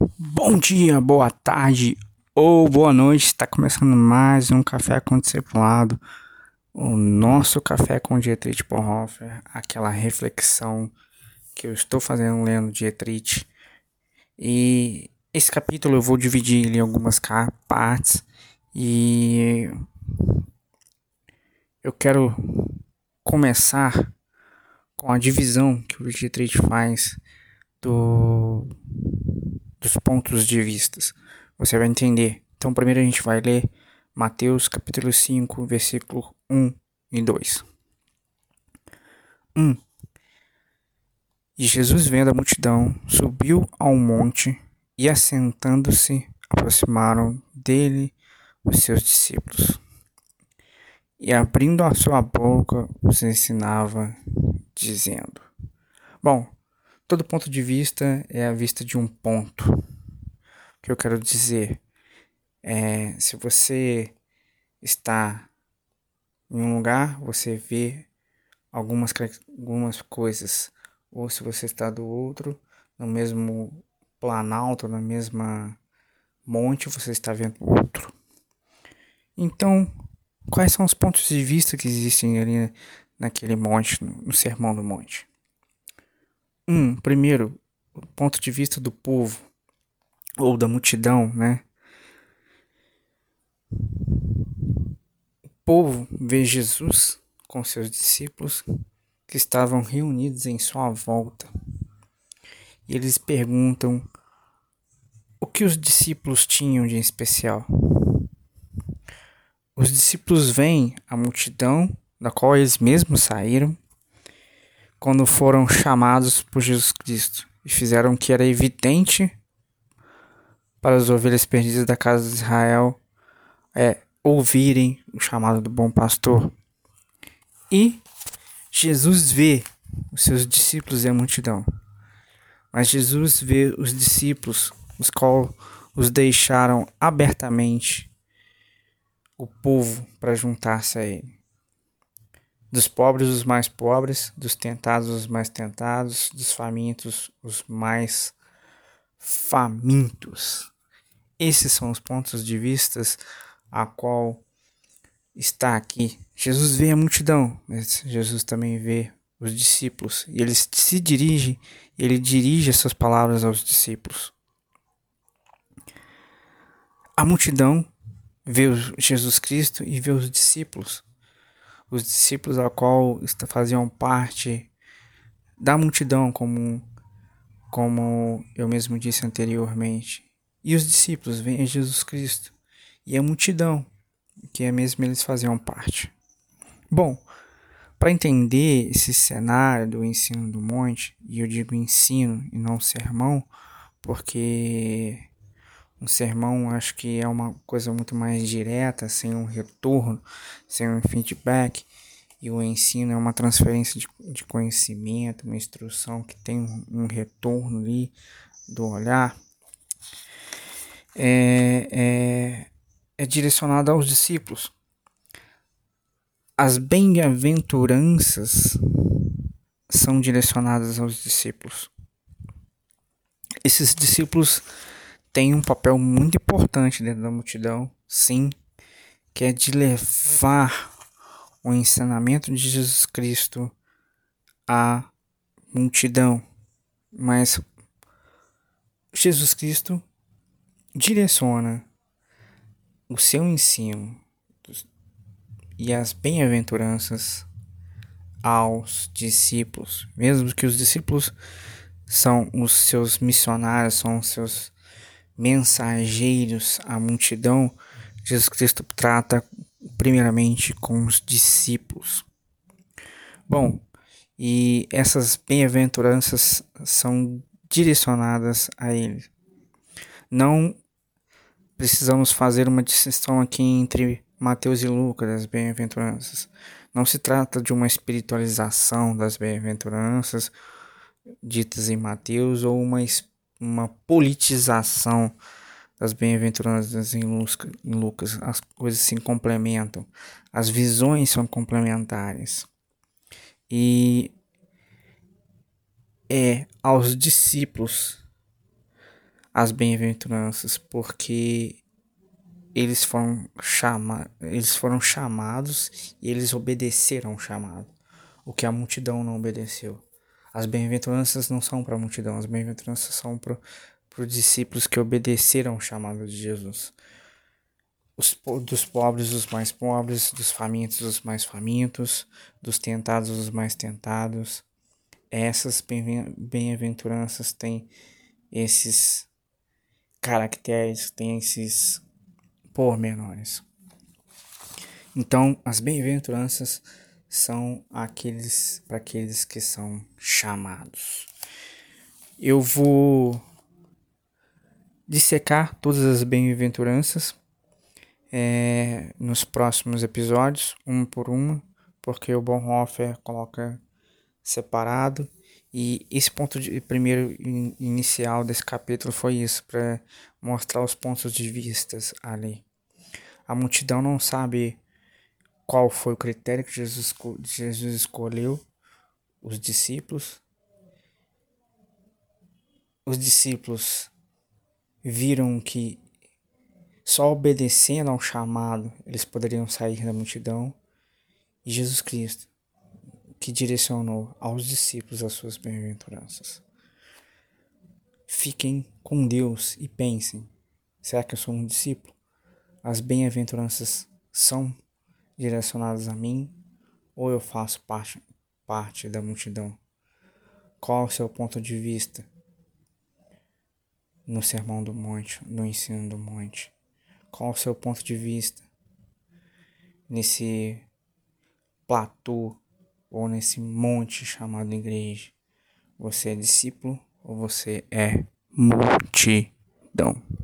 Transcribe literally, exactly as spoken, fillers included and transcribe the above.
Bom dia, boa tarde ou boa noite. Está começando mais um Café com Discipulado. O nosso Café com Dietrich Bonhoeffer, aquela reflexão que eu estou fazendo lendo Dietrich. E esse capítulo eu vou dividir ele em algumas partes e eu quero começar com a divisão que o Dietrich faz do, dos pontos de vistas. Você vai entender. Então, primeiro a gente vai ler Mateus capítulo cinco, versículo um e dois. um. E Jesus, vendo a multidão, subiu ao monte e, assentando-se, aproximaram dele os seus discípulos. E, abrindo a sua boca, os ensinava, dizendo... Bom, todo ponto de vista é a vista de um ponto. O que eu quero dizer é, se você está em um lugar, você vê algumas, algumas coisas, ou se você está do outro, no mesmo planalto, na mesma monte, você está vendo outro. Então, quais são os pontos de vista que existem ali naquele monte, no Sermão do Monte? Um, primeiro, o ponto de vista do povo, ou da multidão, né? O povo vê Jesus com seus discípulos que estavam reunidos em sua volta. E eles perguntam o que os discípulos tinham de especial. Os discípulos veem a multidão da qual eles mesmos saíram quando foram chamados por Jesus Cristo e fizeram o que era evidente para as ovelhas perdidas da casa de Israel é ouvirem o chamado do bom pastor. E Jesus vê os seus discípulos e a multidão. Mas Jesus vê os discípulos, os quais os deixaram abertamente o povo para juntar-se a ele. Dos pobres os mais pobres, dos tentados os mais tentados, dos famintos os mais famintos. Esses são os pontos de vista a qual está aqui. Jesus vê a multidão, mas Jesus também vê os discípulos. E ele se dirige, ele dirige essas palavras aos discípulos. A multidão vê Jesus Cristo e vê os discípulos. Os discípulos a qual faziam parte da multidão, como, como eu mesmo disse anteriormente. E os discípulos veem Jesus Cristo e a multidão, que é mesmo eles faziam parte. Bom, para entender esse cenário do ensino do monte, e eu digo ensino e não sermão, porque um sermão acho que é uma coisa muito mais direta, sem um retorno, sem um feedback, e o ensino é uma transferência de, de conhecimento, uma instrução que tem um, um retorno ali do olhar, é, é, é direcionado aos discípulos. As bem-aventuranças são direcionadas aos discípulos. Esses discípulos têm um papel muito importante dentro da multidão, sim, que é de levar o ensinamento de Jesus Cristo à multidão. Mas Jesus Cristo direciona o seu ensino e as bem-aventuranças aos discípulos, mesmo que os discípulos são os seus missionários, são os seus mensageiros à multidão. Jesus Cristo trata primeiramente com os discípulos. Bom, e essas bem-aventuranças são direcionadas a ele. Não precisamos fazer uma distinção aqui entre Mateus e Lucas das bem-aventuranças. Não se trata de uma espiritualização das bem-aventuranças ditas em Mateus ou uma, uma politização das bem-aventuranças em Lucas. As coisas se complementam, as visões são complementares. E é aos discípulos as bem-aventuranças, porque eles foram, chama, eles foram chamados e eles obedeceram ao chamado, o que a multidão não obedeceu. As bem-aventuranças não são para a multidão, as bem-aventuranças são para os discípulos que obedeceram ao chamado de Jesus. Os, dos pobres, os mais pobres, dos famintos, os mais famintos, dos tentados, os mais tentados. Essas bem-aventuranças têm esses caracteres, têm esses pormenores. Então, as bem-aventuranças são aqueles para aqueles que são chamados. Eu vou dissecar todas as bem-aventuranças é, nos próximos episódios, uma por uma, porque o Bonhoeffer coloca separado. E esse ponto de primeiro inicial desse capítulo foi isso, para mostrar os pontos de vistas ali. A multidão não sabe qual foi o critério que Jesus, Jesus escolheu os discípulos. Os discípulos viram que só obedecendo ao chamado eles poderiam sair da multidão. E Jesus Cristo, que direcionou aos discípulos as suas bem-aventuranças. Fiquem com Deus e pensem: será que eu sou um discípulo? As bem-aventuranças são direcionadas a mim ou eu faço parte, parte da multidão? Qual é o seu ponto de vista no Sermão do Monte, no ensino do Monte? Qual é o seu ponto de vista nesse platô ou nesse monte chamado igreja? Você é discípulo ou você é multidão?